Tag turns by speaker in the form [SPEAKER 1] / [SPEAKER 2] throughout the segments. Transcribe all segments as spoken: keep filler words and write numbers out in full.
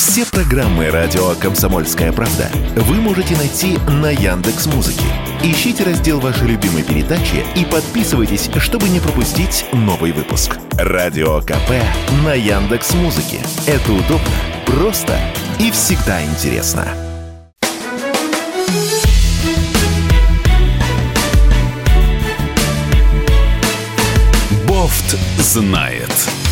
[SPEAKER 1] Все программы радио «Комсомольская правда» вы можете найти на Яндекс.Музыке. Ищите раздел вашей любимой передачи и подписывайтесь, чтобы не пропустить новый выпуск. Радио КП на Яндекс.Музыке. Это удобно, просто и всегда интересно. Бофт знает.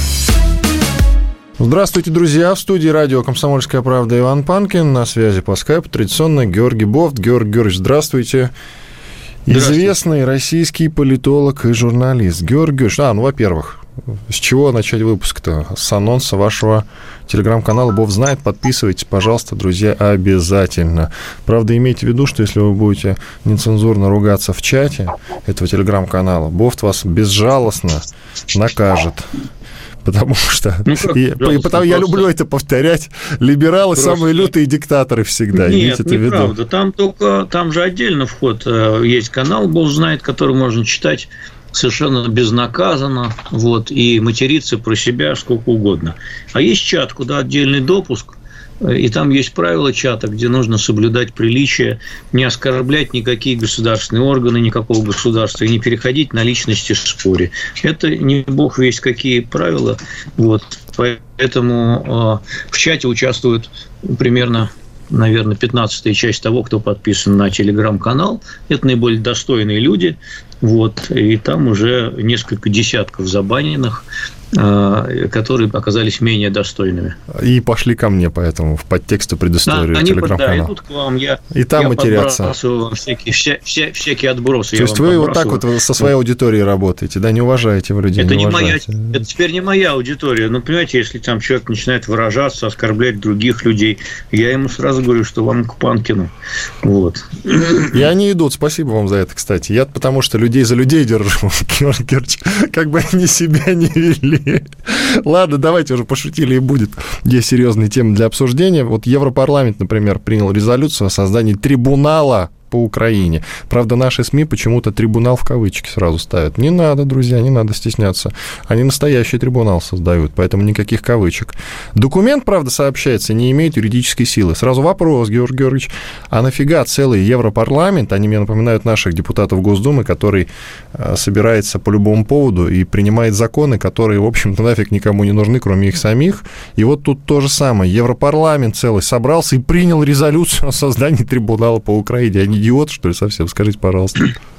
[SPEAKER 2] Здравствуйте, друзья! В студии радио «Комсомольская правда» Иван Панкин. На связи по скайпу традиционно Георгий Бофт. Георгий Георгиевич, здравствуйте. Здравствуйте. Известный российский политолог и журналист. Георгий Георгиевич, а, ну, во-первых, с чего начать выпуск-то? С анонса вашего телеграм-канала «Бофт знает». Подписывайтесь, пожалуйста, друзья, обязательно. Правда, имейте в виду, что если вы будете нецензурно ругаться в чате этого телеграм-канала, Бофт вас безжалостно накажет. Потому что ну, как, и, и потому я люблю это повторять. Либералы просто самые лютые диктаторы всегда.
[SPEAKER 3] Нет, неправда. Там только там же отдельно вход. Есть канал «Бофт знает», который можно читать совершенно безнаказанно, вот, и материться про себя сколько угодно. А есть чат, куда отдельный допуск. И там есть правила чата, где нужно соблюдать приличие, не оскорблять никакие государственные органы, никакого государства, и не переходить на личности в споре. Это не бог весть какие правила. Вот. Поэтому в чате участвуют примерно, наверное, пятнадцатая часть того, кто подписан на телеграм-канал. Это наиболее достойные люди. Вот. И там уже несколько десятков забаненных, которые оказались менее достойными.
[SPEAKER 2] И пошли ко мне, поэтому в подтексту предысторию
[SPEAKER 3] да,
[SPEAKER 2] телеграм-канала.
[SPEAKER 3] Да, идут к вам, я,
[SPEAKER 2] и там
[SPEAKER 3] я
[SPEAKER 2] матерятся.
[SPEAKER 3] подбрасываю вам всякие, вся, вся, всякие отбросы.
[SPEAKER 2] То есть вы вот так вот со своей аудиторией работаете, да, не уважаете вы людей,
[SPEAKER 3] это
[SPEAKER 2] не
[SPEAKER 3] не моя,
[SPEAKER 2] уважаете.
[SPEAKER 3] Это теперь не моя аудитория. Ну, понимаете, если там человек начинает выражаться, оскорблять других людей, я ему сразу говорю, что вам к Панкину. Вот.
[SPEAKER 2] И они идут. Спасибо вам за это, кстати. Я потому что людей за людей держу, Георгий Георгиевич, как бы они себя не вели. Ладно, давайте уже пошутили, и будет. Есть серьезные темы для обсуждения. Вот Европарламент, например, принял резолюцию о создании трибунала по Украине. Правда, наши СМИ почему-то трибунал в кавычки сразу ставят. Не надо, друзья, не надо стесняться. Они настоящий трибунал создают, поэтому никаких кавычек. Документ, правда, сообщается, не имеет юридической силы. Сразу вопрос, Георгий Георгиевич, а нафига целый Европарламент? Они мне напоминают наших депутатов Госдумы, который собирается по любому поводу и принимает законы, которые, в общем-то, нафиг никому не нужны, кроме их самих. И вот тут то же самое. Европарламент целый собрался и принял резолюцию о создании трибунала по Украине. Они идиот, что ли, совсем? Скажите, пожалуйста.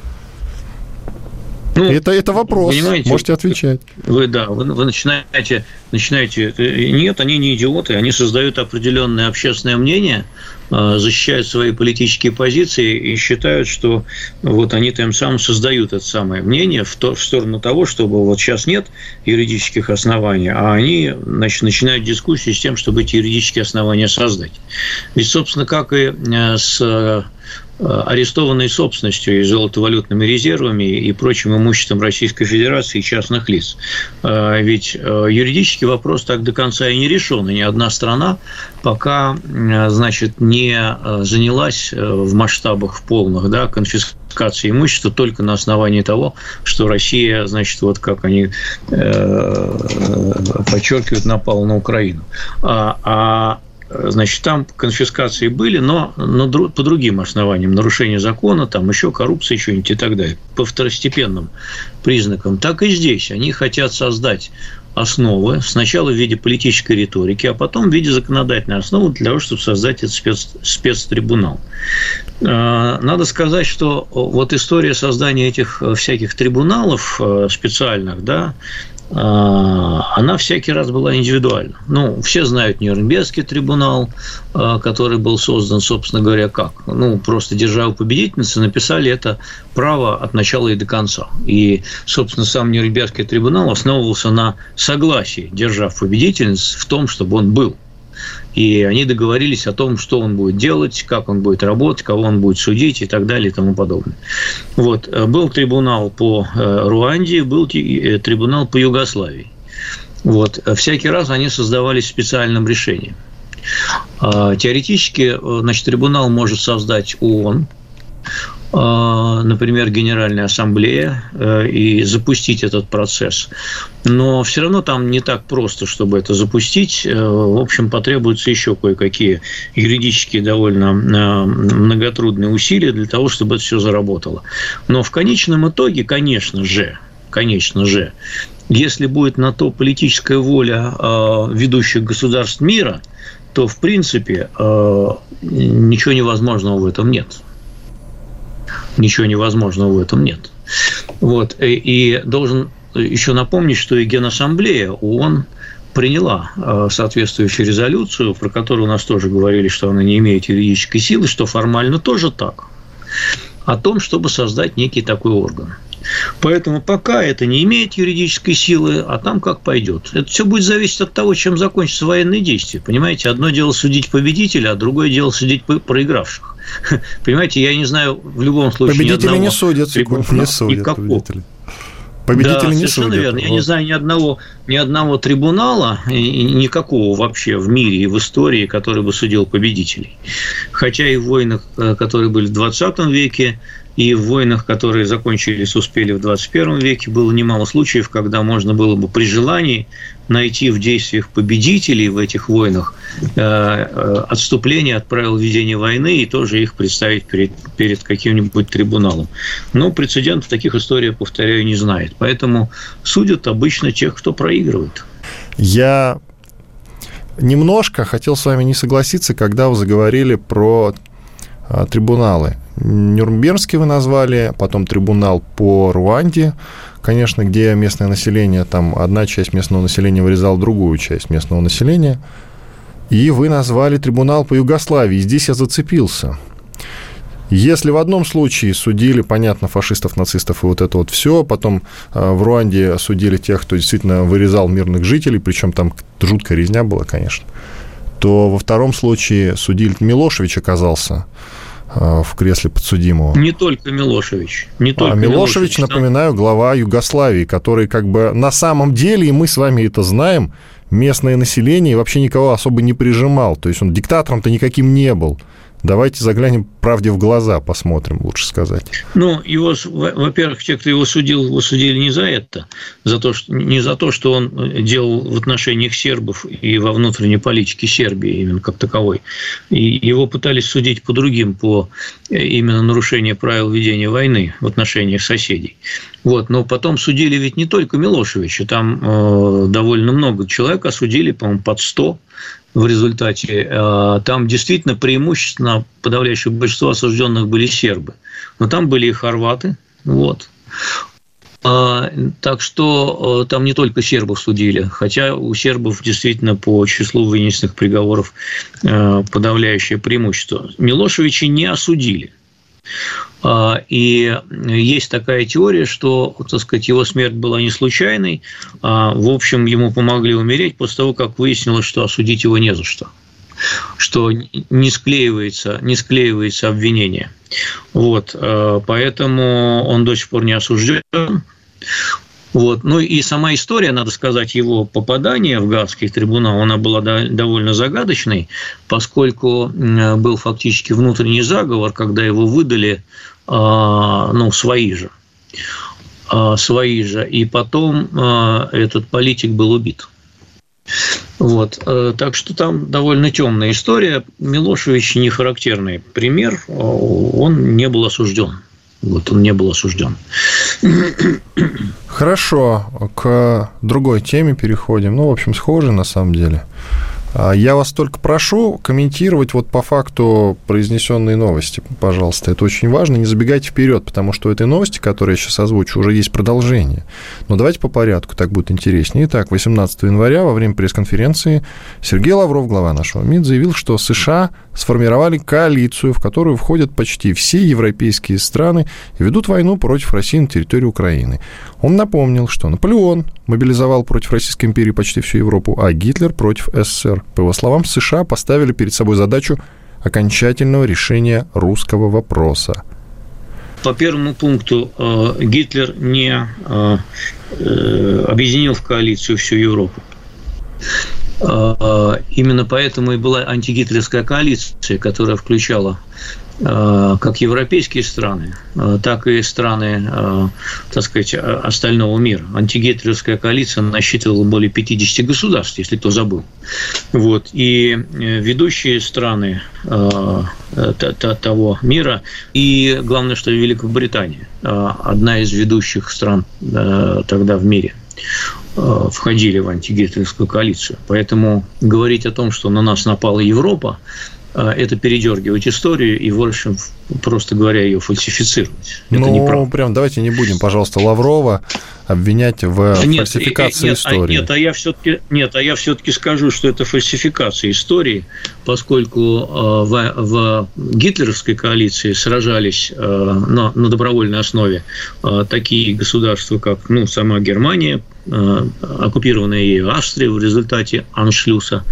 [SPEAKER 2] Ну, это, это вопрос, можете отвечать.
[SPEAKER 3] Вы, да, вы, вы начинаете, начинаете... Нет, они не идиоты, они создают определенное общественное мнение, защищают свои политические позиции и считают, что вот они тем самым создают это самое мнение в, то, в сторону того, чтобы вот сейчас нет юридических оснований, а они, значит, начинают дискуссию с тем, чтобы эти юридические основания создать. Ведь, собственно, как и с арестованной собственностью и золотовалютными резервами и прочим имуществом Российской Федерации и частных лиц. Ведь юридический вопрос так до конца и не решен, и ни одна страна пока, значит, не занялась в масштабах в полных, да, конфискацией имущества только на основании того, что Россия, значит, вот как они подчеркивают, напала на Украину. А, а Значит, там конфискации были, но, но по другим основаниям. Нарушение закона, там еще коррупция, еще нибудь и так далее. По второстепенным признакам. Так и здесь. Они хотят создать основы, сначала в виде политической риторики, а потом в виде законодательной основы для того, чтобы создать этот спец, спецтрибунал. Надо сказать, что вот история создания этих всяких трибуналов специальных, да, она всякий раз была индивидуальна. Ну, все знают Нюрнбергский трибунал, который был создан, собственно говоря, как? Ну, просто держава-победительница написали это право от начала и до конца. И, собственно, сам Нюрнбергский трибунал основывался на согласии держав-победительниц в том, чтобы он был. И они договорились о том, что он будет делать, как он будет работать, кого он будет судить и так далее и тому подобное. Вот. Был трибунал по Руанде, был трибунал по Югославии. Вот. Всякий раз они создавались специальным решением. Теоретически, значит, трибунал может создать ООН, например, Генеральная Ассамблея, и запустить этот процесс. Но все равно там не так просто, чтобы это запустить. В общем, потребуются еще кое-какие юридические довольно многотрудные усилия для того, чтобы это все заработало. Но в конечном итоге, конечно же, конечно же, если будет на то политическая воля ведущих государств мира, то, в принципе, ничего невозможного в этом нет. Ничего невозможного в этом нет. Вот. И должен еще напомнить, что и Генассамблея ООН приняла соответствующую резолюцию, про которую у нас тоже говорили, что она не имеет юридической силы, что формально тоже так, о том, чтобы создать некий такой орган. Поэтому пока это не имеет юридической силы, а там как пойдет. Это все будет зависеть от того, чем закончатся военные действия. Понимаете, одно дело судить победителя, а другое дело судить проигравших. Понимаете, я не знаю в любом случае
[SPEAKER 2] победители
[SPEAKER 3] ни одного
[SPEAKER 2] не судят, не судят победители. Победители
[SPEAKER 3] да,
[SPEAKER 2] не
[SPEAKER 3] совершенно
[SPEAKER 2] судят.
[SPEAKER 3] верно. Я вот. не знаю ни одного, ни одного трибунала, никакого вообще в мире и в истории, который бы судил победителей. Хотя и в войнах, которые были в двадцатом веке, и в войнах, которые закончились, успели в двадцать первом веке, было немало случаев, когда можно было бы при желании найти в действиях победителей в этих войнах отступление от правил ведения войны и тоже их представить перед, перед каким-нибудь трибуналом. Но прецедентов таких историй, я повторяю, не знает. Поэтому судят обычно тех, кто проигрывает.
[SPEAKER 2] Я немножко хотел с вами не согласиться, когда вы заговорили про трибуналы. Нюрнбергский вы назвали, потом трибунал по Руанде, конечно, где местное население, там одна часть местного населения вырезала другую часть местного населения, и вы назвали трибунал по Югославии. Здесь я зацепился. Если в одном случае судили, понятно, фашистов, нацистов и вот это вот все, потом в Руанде судили тех, кто действительно вырезал мирных жителей, причем там жуткая резня была, конечно, то во втором случае судили, Милошевич оказался в кресле подсудимого.
[SPEAKER 3] Не только Милошевич. Не только
[SPEAKER 2] а Милошевич,
[SPEAKER 3] Милошевич,
[SPEAKER 2] напоминаю, глава Югославии, который как бы на самом деле, и мы с вами это знаем, местное население вообще никого особо не прижимал. То есть он диктатором-то никаким не был. Давайте заглянем правде в глаза, посмотрим, лучше сказать.
[SPEAKER 3] Ну, его, во-первых, те, кто его судил, его судили не за это, за то, что, не за то, что он делал в отношениях сербов и во внутренней политике Сербии именно как таковой. И его пытались судить по другим, по именно нарушению правил ведения войны в отношениях соседей. Вот. Но потом судили ведь не только Милошевича, там э, довольно много человек осудили, по-моему, под сто. В результате там действительно преимущественно подавляющее большинство осужденных были сербы. Но там были и хорваты. Вот. Так что там не только сербов судили, хотя у сербов действительно по числу вынесенных приговоров подавляющее преимущество. Милошевича не осудили. И есть такая теория, что, так сказать, его смерть была не случайной, а, в общем, ему помогли умереть после того, как выяснилось, что осудить его не за что, что не склеивается, не склеивается обвинение. Вот, поэтому он до сих пор не осужден. Вот. Ну и сама история, надо сказать, его попадания в Гаагский трибунал, она была довольно загадочной, поскольку был фактически внутренний заговор, когда его выдали, ну, свои же, свои же, и потом этот политик был убит. Вот. Так что там довольно темная история. Милошевич не характерный пример, он не был осужден. Вот он не был осужден.
[SPEAKER 2] Хорошо, к другой теме переходим. Ну, в общем, схожи на самом деле. Я вас только прошу комментировать вот по факту произнесенные новости, пожалуйста. Это очень важно. Не забегайте вперед, потому что у этой новости, которую я сейчас озвучу, уже есть продолжение. Но давайте по порядку, так будет интереснее. Итак, восемнадцатого января во время пресс-конференции Сергей Лавров, глава нашего МИД, заявил, что США сформировали коалицию, в которую входят почти все европейские страны и ведут войну против России на территории Украины. Он напомнил, что Наполеон мобилизовал против Российской империи почти всю Европу, а Гитлер против СССР. По его словам, США поставили перед собой задачу окончательного решения русского вопроса.
[SPEAKER 3] По первому пункту, Гитлер не объединил в коалицию всю Европу. Именно поэтому и была антигитлеровская коалиция, которая включала как европейские страны, так и страны, так сказать, остального мира. Антигитлеровская коалиция насчитывала более пятидесяти государств, если кто забыл. Вот. И ведущие страны того мира, и главное, что Великобритания, одна из ведущих стран тогда в мире, входили в антигитлеровскую коалицию. Поэтому говорить о том, что на нас напала Европа, это передергивать историю и, в общем, просто говоря, ее фальсифицировать. Это
[SPEAKER 2] ну,
[SPEAKER 3] неправда.
[SPEAKER 2] Прям давайте не будем, пожалуйста, Лаврова обвинять в нет, фальсификации
[SPEAKER 3] нет,
[SPEAKER 2] истории.
[SPEAKER 3] Нет, а я все-таки, нет, а я все-таки скажу, что это фальсификация истории, поскольку в, в гитлеровской коалиции сражались на, на добровольной основе такие государства, как ну, сама Германия, оккупированная ею Австрия в результате аншлюса.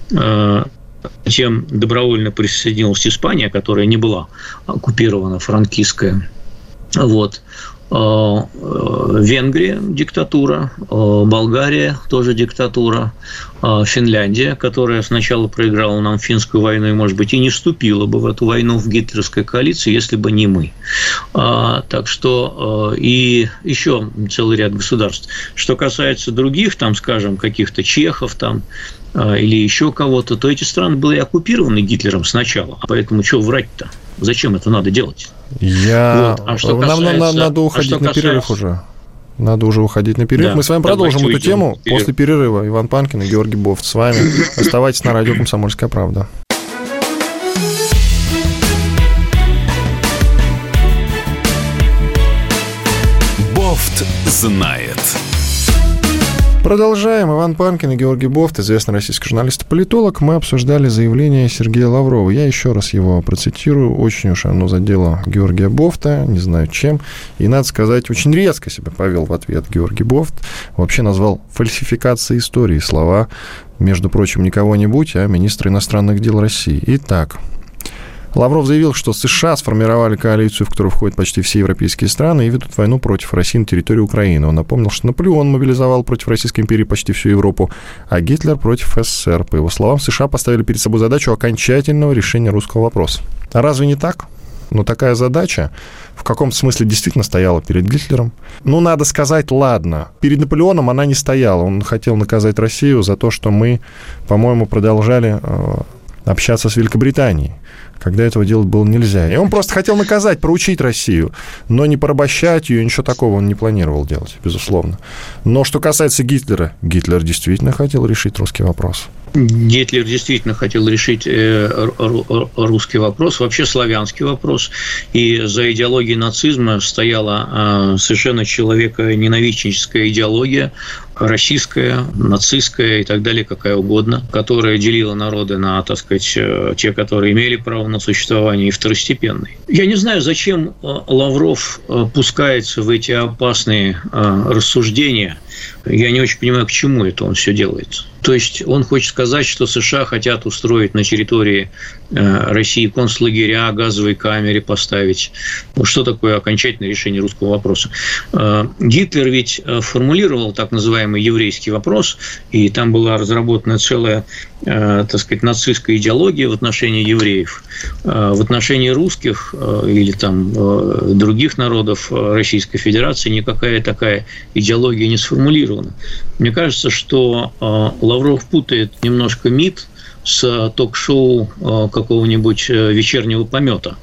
[SPEAKER 3] Затем добровольно присоединилась Испания, которая не была оккупирована, франкистская. Вот. Венгрия – диктатура, Болгария – тоже диктатура, Финляндия, которая сначала проиграла нам финскую войну и, может быть, и не вступила бы в эту войну в гитлеровской коалиции, если бы не мы. Так что и еще целый ряд государств. Что касается других, там, скажем, каких-то чехов там, или еще кого-то, то эти страны были оккупированы Гитлером сначала. Поэтому что врать-то? Зачем это надо делать?
[SPEAKER 2] Я...
[SPEAKER 3] Вот. А что
[SPEAKER 2] касается... Нам, нам надо уходить а на касается... перерыв уже. Надо уже уходить на перерыв. Да, мы с вами продолжим эту тему вперед. После перерыва. Иван Панкин и Георгий Бофт с вами. Оставайтесь на радио «Комсомольская правда».
[SPEAKER 1] Бофт знает.
[SPEAKER 2] Продолжаем. Иван Панкин и Георгий Бофт, известный российский журналист и политолог. Мы обсуждали заявление Сергея Лаврова. Я еще раз его процитирую. Очень уж оно задело Георгия Бофта, не знаю чем. И, надо сказать, очень резко себя повел в ответ Георгий Бофт. Вообще назвал фальсификацией истории слова, между прочим, не кого-нибудь, а министра иностранных дел России. Итак, Лавров заявил, что США сформировали коалицию, в которую входят почти все европейские страны, и ведут войну против России на территории Украины. Он напомнил, что Наполеон мобилизовал против Российской империи почти всю Европу, а Гитлер против СССР. По его словам, США поставили перед собой задачу окончательного решения русского вопроса. А разве не так? Но такая задача в каком-то смысле действительно стояла перед Гитлером. Ну, надо сказать, ладно, перед Наполеоном она не стояла. Он хотел наказать Россию за то, что мы, по-моему, продолжали э, общаться с Великобританией, когда этого делать было нельзя. И он просто хотел наказать, проучить Россию, но не порабощать ее, ничего такого он не планировал делать, безусловно. Но что касается Гитлера, Гитлер действительно хотел решить русский вопрос.
[SPEAKER 3] Гитлер действительно хотел решить русский вопрос, вообще славянский вопрос. И за идеологией нацизма стояла совершенно человеконенавистническая идеология, российская, нацистская и так далее, какая угодно, которая делила народы на, так сказать, те, которые имели право на существование, и второстепенные. Я не знаю, зачем Лавров пускается в эти опасные рассуждения. Я не очень понимаю, к чему это он все делает. То есть он хочет сказать, что США хотят устроить на территории России концлагеря, газовые камеры поставить. Что такое окончательное решение русского вопроса? Гитлер ведь формулировал так называемый еврейский вопрос, и там была разработана целая, так сказать, нацистская идеология в отношении евреев. В отношении русских или там других народов Российской Федерации никакая такая идеология не сформулирована. Мне кажется, что Лавров путает немножко МИД с ток-шоу какого-нибудь вечернего помета.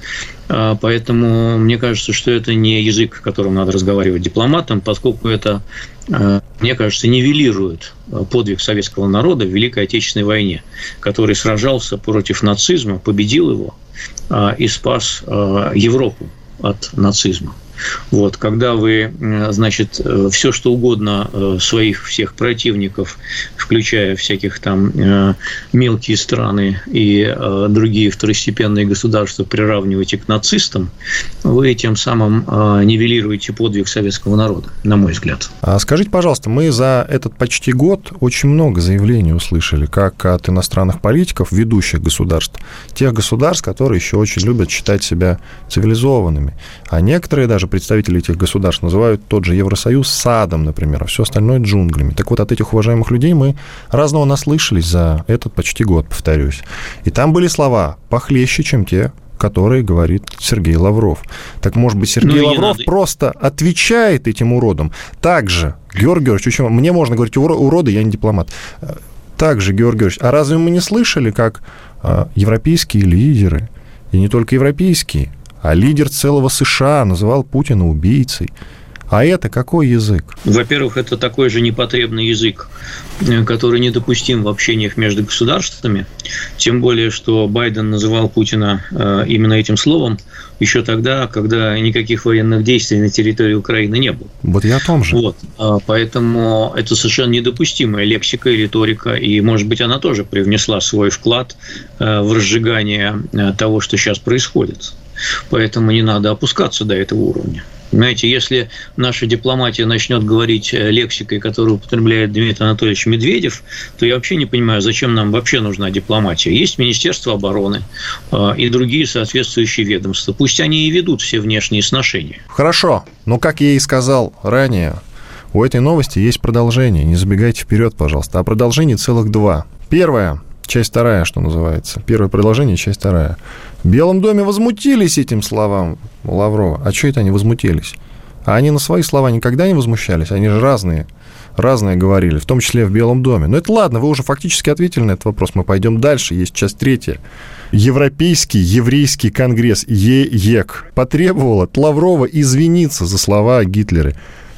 [SPEAKER 3] Поэтому мне кажется, что это не язык, которым надо разговаривать дипломатам, поскольку это, мне кажется, нивелирует подвиг советского народа в Великой Отечественной войне, который сражался против нацизма, победил его и спас Европу от нацизма. Вот, когда вы, значит, все что угодно своих всех противников, включая всяких там мелкие страны и другие второстепенные государства, приравниваете к нацистам, вы тем самым нивелируете подвиг советского народа, на мой взгляд.
[SPEAKER 2] А скажите, пожалуйста, мы за этот почти год очень много заявлений услышали, как от иностранных политиков, ведущих государств, тех государств, которые еще очень любят считать себя цивилизованными, а некоторые даже представители этих государств называют тот же Евросоюз садом, например, а все остальное джунглями. Так вот, от этих уважаемых людей мы разного наслышались за этот почти год, повторюсь. И там были слова похлеще, чем те, которые говорит Сергей Лавров. Так, может быть, Сергей ну, Лавров надо... просто отвечает этим уродам. Также, Георгий Георгиевич, мне можно говорить уроды, я не дипломат. Также, Георгий Георгиевич, а разве мы не слышали, как европейские лидеры, и не только европейские, а лидер целого США называл Путина убийцей? А это какой язык? Во-первых, это такой же непотребный язык, который недопустим в общениях между государствами. Тем более, что Байден называл Путина именно этим словом еще тогда, когда никаких военных действий на территории Украины не было. Вот я о том же. Вот. Поэтому это совершенно недопустимая лексика и риторика, и, может быть, она тоже привнесла свой вклад в разжигание того, что сейчас происходит. Поэтому не надо опускаться до этого уровня. Знаете, если наша дипломатия начнет говорить лексикой, которую употребляет Дмитрий Анатольевич Медведев, то я вообще не понимаю, зачем нам вообще нужна дипломатия. Есть Министерство обороны и другие соответствующие ведомства. Пусть они и ведут все внешние сношения. Хорошо, но, как я и сказал ранее, у этой новости есть продолжение. Не забегайте вперед, пожалуйста. А продолжение целых два. Первое. Часть вторая, что называется. Первое продолжение, часть вторая. В Белом доме возмутились этим словам Лаврова. А что это они возмутились? А они на свои слова никогда не возмущались. Они же разные, разные говорили, в том числе в Белом доме. Но это ладно, вы уже фактически ответили на этот вопрос. Мы пойдем дальше. Есть часть третья. Европейский еврейский конгресс ЕЕК потребовал от Лаврова извиниться за слова о Гитлере.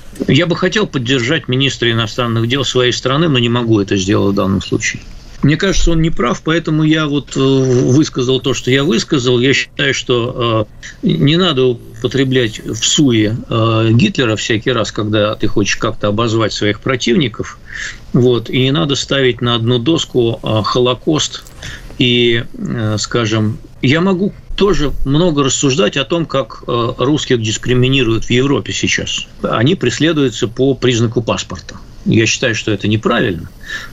[SPEAKER 2] Я бы хотел поддержать министра иностранных дел своей страны, но не могу это сделать в данном случае. Мне кажется, он не прав, поэтому я вот высказал то, что я высказал. Я считаю, что не надо употреблять всуе Гитлера всякий раз, когда ты хочешь как-то обозвать своих противников. Вот, и не надо ставить на одну доску Холокост. И, скажем, я могу тоже много рассуждать о том, как русских дискриминируют в Европе сейчас. Они преследуются по признаку паспорта. Я считаю, что это неправильно,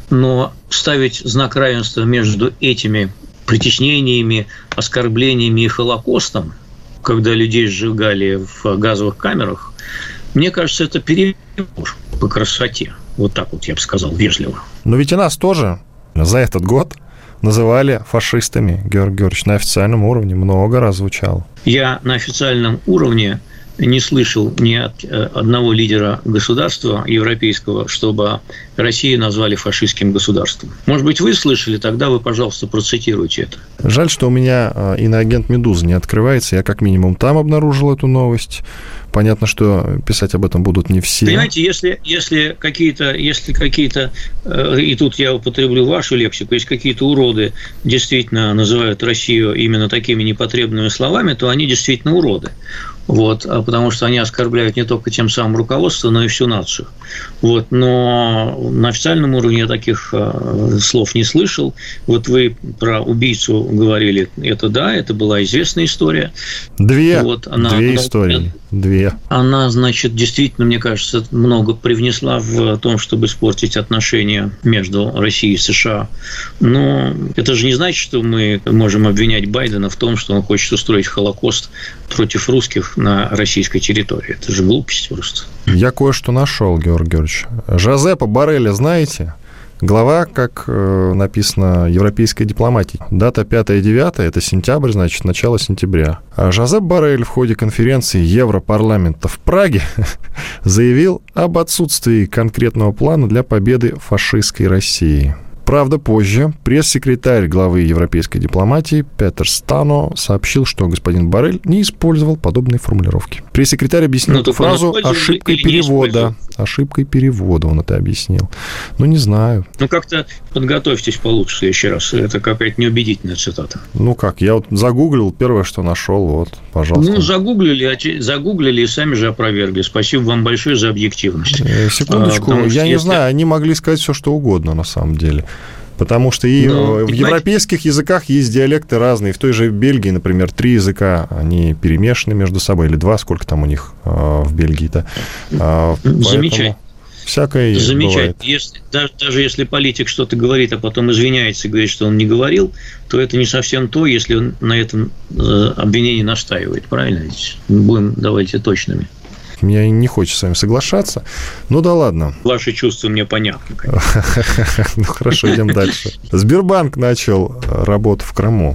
[SPEAKER 2] но ставить знак равенства между этими притеснениями, оскорблениями и Холокостом, когда людей сжигали в газовых камерах, мне кажется, это перебор по красоте. Вот так вот я бы сказал, вежливо. Но ведь и нас тоже за этот год называли фашистами, Георгий Георгиевич, на официальном уровне много раз звучало. Я на официальном уровне не слышал ни от одного лидера государства европейского, чтобы Россию назвали фашистским государством. Может быть, вы слышали, тогда вы, пожалуйста, процитируйте это. Жаль, что у меня иноагент «Медуза» не открывается. Я как минимум там обнаружил эту новость. Понятно, что писать об этом будут не все. Понимаете, если, если какие-то, если какие-то, и тут я употреблю вашу лексику, если какие-то уроды действительно называют Россию именно такими непотребными словами, то они действительно уроды. Вот, потому что они оскорбляют не только тем самым руководство, но и всю нацию. Вот, но на официальном уровне я таких слов не слышал. Вот вы про убийцу говорили, это да, это была известная история. Две, вот, она, две она, истории. Две. Она, значит, действительно, мне кажется, много привнесла в том, чтобы испортить отношения между Россией и США. Но это же не значит, что мы можем обвинять Байдена в том, что он хочет устроить Холокост против русских на российской территории. Это же глупость просто. Я кое-что нашел, Георгий Георгиевич. Жозепа Борреля знаете? Глава, как написано, европейской дипломатии. Дата пятое девятое, это сентябрь, значит, начало сентября. А Жозеп Боррель в ходе конференции Европарламента в Праге заявил об отсутствии конкретного плана для победы фашистской России. Правда, позже пресс-секретарь главы европейской дипломатии Петер Стано сообщил, что господин Боррель не использовал подобные формулировки. Пресс-секретарь объяснил эту фразу ошибкой перевода. Ошибкой перевода он это объяснил. Ну, не знаю. Ну, как-то подготовьтесь получше в следующий раз. Это какая-то неубедительная цитата. Ну, как? Я вот загуглил, первое, что нашел, вот, пожалуйста. Ну, загуглили, загуглили и сами же опровергли. Спасибо вам большое за объективность. Секундочку, а, я не если... знаю, они могли сказать все, что угодно, на самом деле. Потому что и ну, в европейских языках есть диалекты разные. В той же Бельгии, например, три языка, они перемешаны между собой. Или два, сколько там у них э, в Бельгии-то. Э, Замечательно. Всякое Замечательно. Если, даже, даже если политик что-то говорит, а потом извиняется и говорит, что он не говорил, то это не совсем то, если он на этом э, обвинении настаивает. Правильно ведь? Будем, давайте, точными. как мне не хочется с вами соглашаться. Ну да ладно.
[SPEAKER 3] Ваши чувства мне понятны.
[SPEAKER 2] Ну хорошо, идем дальше. Сбербанк начал работу в Крыму.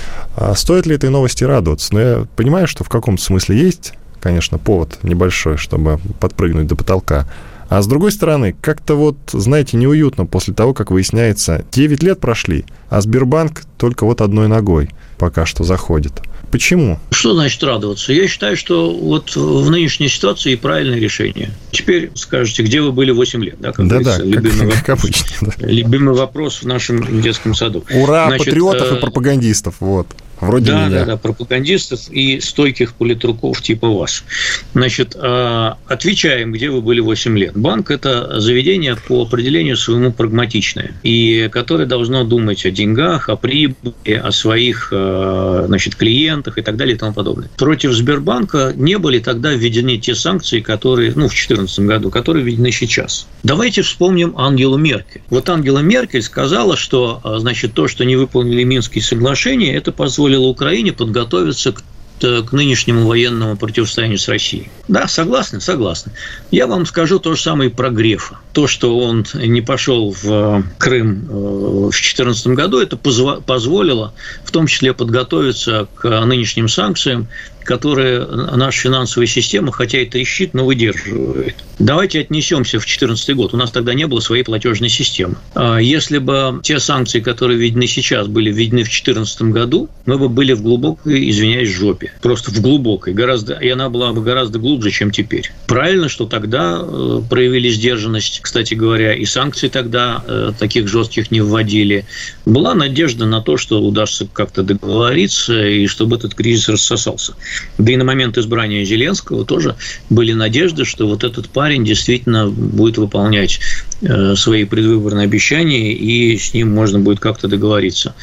[SPEAKER 2] А стоит ли этой новости радоваться? Но я понимаю, что в каком-то смысле есть, конечно, повод небольшой, чтобы подпрыгнуть до потолка. А с другой стороны, как-то вот, знаете, неуютно после того, как выясняется, девять лет прошли, а Сбербанк только вот одной ногой пока что заходит. Почему?
[SPEAKER 3] Что значит радоваться? Я считаю, что вот в нынешней ситуации и правильное решение. Теперь скажете, где вы были восемь лет? Да, как,
[SPEAKER 2] да, да,
[SPEAKER 3] любимый,
[SPEAKER 2] как, как
[SPEAKER 3] вопрос.
[SPEAKER 2] обычно. Да.
[SPEAKER 3] Любимый вопрос в нашем детском саду.
[SPEAKER 2] Ура,
[SPEAKER 3] Значит,
[SPEAKER 2] патриотов
[SPEAKER 3] э...
[SPEAKER 2] и пропагандистов, вот. Вроде
[SPEAKER 3] да,
[SPEAKER 2] меня.
[SPEAKER 3] Да, да, пропагандистов и стойких политруков типа вас. Значит, отвечаем, где вы были восемь лет. Банк – это заведение по определению своему прагматичное, и которое должно думать о деньгах, о прибыли, о своих, значит, клиентах и так далее и тому подобное. Против Сбербанка не были тогда введены те санкции, которые, ну, в две тысячи четырнадцатом году, которые введены сейчас. Давайте вспомним Ангелу Меркель. Вот Ангела Меркель сказала, что, значит, то, что не выполнили Минские соглашения, это позволило Украине подготовиться к к нынешнему военному противостоянию с Россией. Да, согласны? Согласны. Я вам скажу то же самое про Грефа. То, что он не пошел в Крым в две тысячи четырнадцатом году, это позволило в том числе подготовиться к нынешним санкциям, которые наша финансовая система, хотя и трещит, но выдерживает. Давайте отнесемся в две тысячи четырнадцатый год. У нас тогда не было своей платежной системы. Если бы те санкции, которые введены сейчас, были введены в две тысячи четырнадцатом году, мы бы были в глубокой, извиняюсь, жопе. Просто в глубокой. Гораздо, и она была бы гораздо глубже, чем теперь. Правильно, что тогда проявили сдержанность. Кстати говоря, и санкции тогда таких жестких не вводили. Была надежда на то, что удастся как-то договориться, и чтобы этот кризис рассосался. Да и на момент избрания Зеленского тоже были надежды, что вот этот парень действительно будет выполнять свои предвыборные обещания, и с ним можно будет как-то договориться.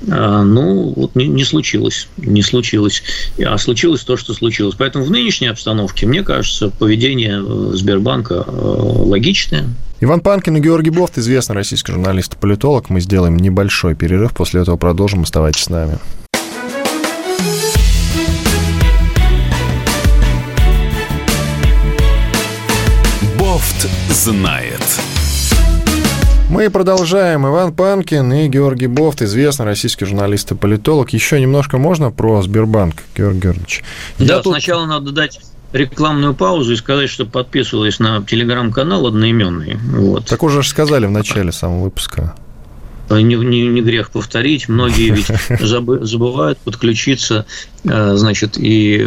[SPEAKER 3] Ну, вот не, не случилось, не случилось. А случилось то, что случилось. Поэтому в нынешней обстановке, мне кажется, поведение Сбербанка логичное.
[SPEAKER 2] Иван Панкин и Георгий Бофт, известный российский журналист и политолог. Мы сделаем небольшой перерыв, после этого продолжим. Оставайтесь с нами.
[SPEAKER 1] Бофт знает.
[SPEAKER 2] Мы продолжаем. Иван Панкин и Георгий Бофт, известный российский журналист и политолог. Еще немножко можно про Сбербанк, Георгий Георгиевич?
[SPEAKER 3] Да, тут... сначала надо дать рекламную паузу и сказать, что подписывались на телеграм-канал одноименный. Вот.
[SPEAKER 2] Так уже сказали в начале самого выпуска.
[SPEAKER 3] Не, не, не грех повторить. Многие ведь забывают подключиться, значит, и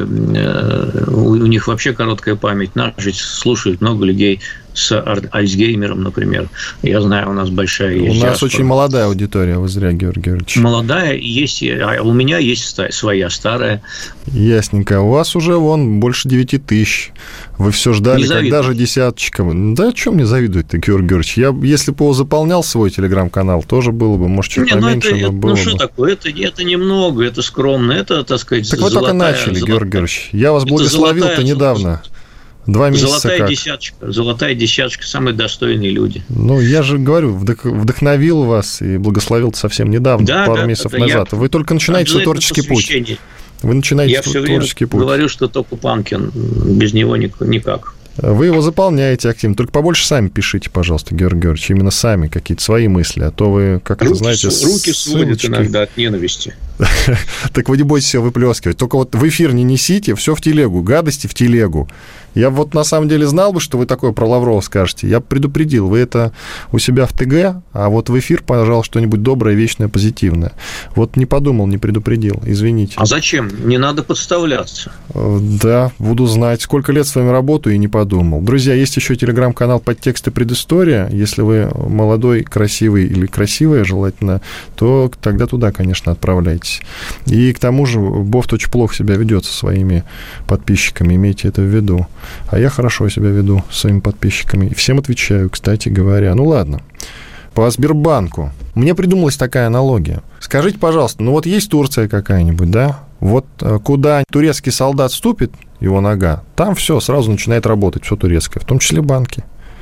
[SPEAKER 3] у них вообще короткая память. Наши слушают много людей с Альцгеймером, например. Я знаю, у нас большая есть.
[SPEAKER 2] У нас
[SPEAKER 3] диаспора.
[SPEAKER 2] очень молодая аудитория, вы зря, Георгий Георгиевич.
[SPEAKER 3] Молодая, есть, а у меня есть своя старая.
[SPEAKER 2] Ясненько. У вас уже, вон, больше девяти тысяч. Вы все ждали, когда же десяточка. Да о чем мне завидует-то, Георгий Георгиевич? Я, если бы его заполнял свой телеграм-канал, тоже было бы, может, чуть
[SPEAKER 3] Не,
[SPEAKER 2] поменьше,
[SPEAKER 3] ну это,
[SPEAKER 2] но было
[SPEAKER 3] Ну, что
[SPEAKER 2] бы.
[SPEAKER 3] такое? Это, это немного, это скромно, это, так сказать,
[SPEAKER 2] Так
[SPEAKER 3] золотая...
[SPEAKER 2] вы только начали,
[SPEAKER 3] золотая,
[SPEAKER 2] Георгий Георгиевич. Я вас благословил-то недавно. Два месяца
[SPEAKER 3] Золотая
[SPEAKER 2] как.
[SPEAKER 3] десяточка, золотая десяточка, самые достойные люди.
[SPEAKER 2] Ну, я же говорю, вдохновил вас и благословил совсем недавно,
[SPEAKER 3] да,
[SPEAKER 2] пару
[SPEAKER 3] да,
[SPEAKER 2] месяцев
[SPEAKER 3] да,
[SPEAKER 2] назад. Вы только начинаете свой творческий путь. Вы начинаете
[SPEAKER 3] я
[SPEAKER 2] свой творческий путь.
[SPEAKER 3] Я все время говорю, что только Панкин, без него никак.
[SPEAKER 2] Вы его заполняете активно. Только побольше сами пишите, пожалуйста, Георгий Георгиевич, именно сами какие-то свои мысли, а то вы как-то,
[SPEAKER 3] руки,
[SPEAKER 2] знаете,
[SPEAKER 3] руки сводят иногда от ненависти.
[SPEAKER 2] Так вы не бойтесь все выплескивать. Только вот в эфир не несите, все в телегу, гадости в телегу. Я вот на самом деле знал бы, что вы такое про Лаврова скажете. Я предупредил, вы это у себя в ТГ, а вот в эфир, пожалуйста, что-нибудь доброе, вечное, позитивное. Вот не подумал, не предупредил, извините.
[SPEAKER 3] А зачем? Не надо подставляться.
[SPEAKER 2] Да, буду знать. Сколько лет с вами работаю и не подумал. Друзья, есть еще телеграм-канал «Подтексты предыстория». Если вы молодой, красивый или красивая, желательно, то тогда туда, конечно, отправляйтесь. И к тому же Бофт очень плохо себя ведет со своими подписчиками, имейте это в виду. А я хорошо себя веду с своими подписчиками. И всем отвечаю, кстати говоря. Ну, ладно. По Сбербанку. Мне придумалась такая аналогия. Скажите, пожалуйста, ну вот есть Турция какая-нибудь, да? Вот куда турецкий солдат ступит, его нога, там все сразу начинает работать, все турецкое, в том числе банки.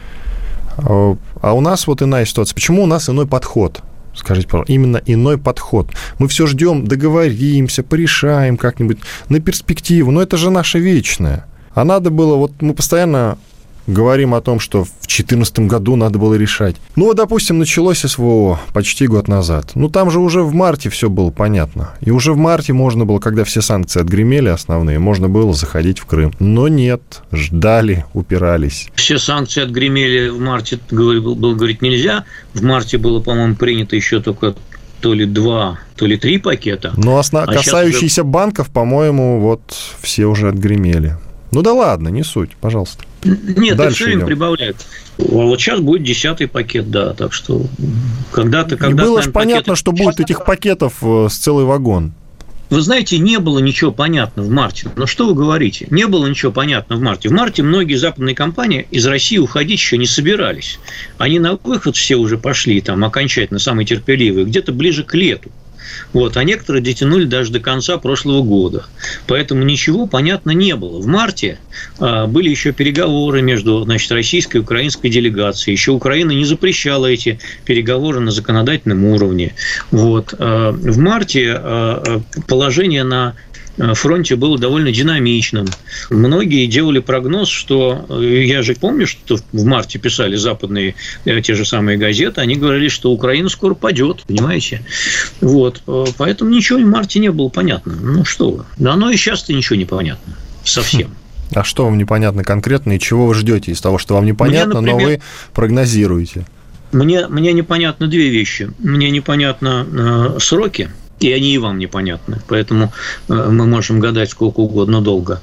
[SPEAKER 2] А у нас вот иная ситуация. Почему у нас иной подход? Скажите, пожалуйста, именно иной подход. Мы все ждем, договоримся, порешаем как-нибудь на перспективу. Но это же наше вечное. А надо было, вот мы постоянно говорим о том, что в две тысячи четырнадцатом году надо было решать. Ну, вот, допустим, началось СВО почти год назад. Ну, там же уже в марте все было понятно. И уже в марте можно было, когда все санкции отгремели основные, можно было заходить в Крым. Но нет, ждали, упирались.
[SPEAKER 3] Все санкции отгремели в марте, было, было говорить, нельзя. В марте было, по-моему, принято еще только то ли два, то ли три пакета.
[SPEAKER 2] Но основ... а касающиеся уже... банков, по-моему, вот все уже отгремели. Ну да ладно, не суть, пожалуйста.
[SPEAKER 3] Нет, это все время прибавляют. А вот сейчас будет десятый пакет, да, так что когда-то... когда
[SPEAKER 2] И было же понятно, что будет этих пакетов с целый вагон.
[SPEAKER 3] Вы знаете, не было ничего понятно в марте. Ну, что вы говорите? Не было ничего понятно в марте. В марте многие западные компании из России уходить еще не собирались. Они на выход все уже пошли, там, окончательно, самые терпеливые, где-то ближе к лету. Вот, а некоторые дотянули даже до конца прошлого года. Поэтому ничего понятно не было. В марте а, были еще переговоры между, значит, российской и украинской делегацией. Еще Украина не запрещала эти переговоры на законодательном уровне. Вот. А, в марте а, положение на фронте было довольно динамичным. Многие делали прогноз, что... Я же помню, что в марте писали западные те же самые газеты, они говорили, что Украина скоро падет, понимаете? Вот. Поэтому ничего в марте не было понятно. Ну, что вы. Да оно и сейчас-то ничего не понятно. Совсем.
[SPEAKER 2] А что вам непонятно конкретно, и чего вы ждете из того, что вам непонятно, мне, например, но вы прогнозируете?
[SPEAKER 3] Мне, мне непонятно две вещи. Мне непонятно э, сроки, и они и вам непонятны, поэтому мы можем гадать сколько угодно долго.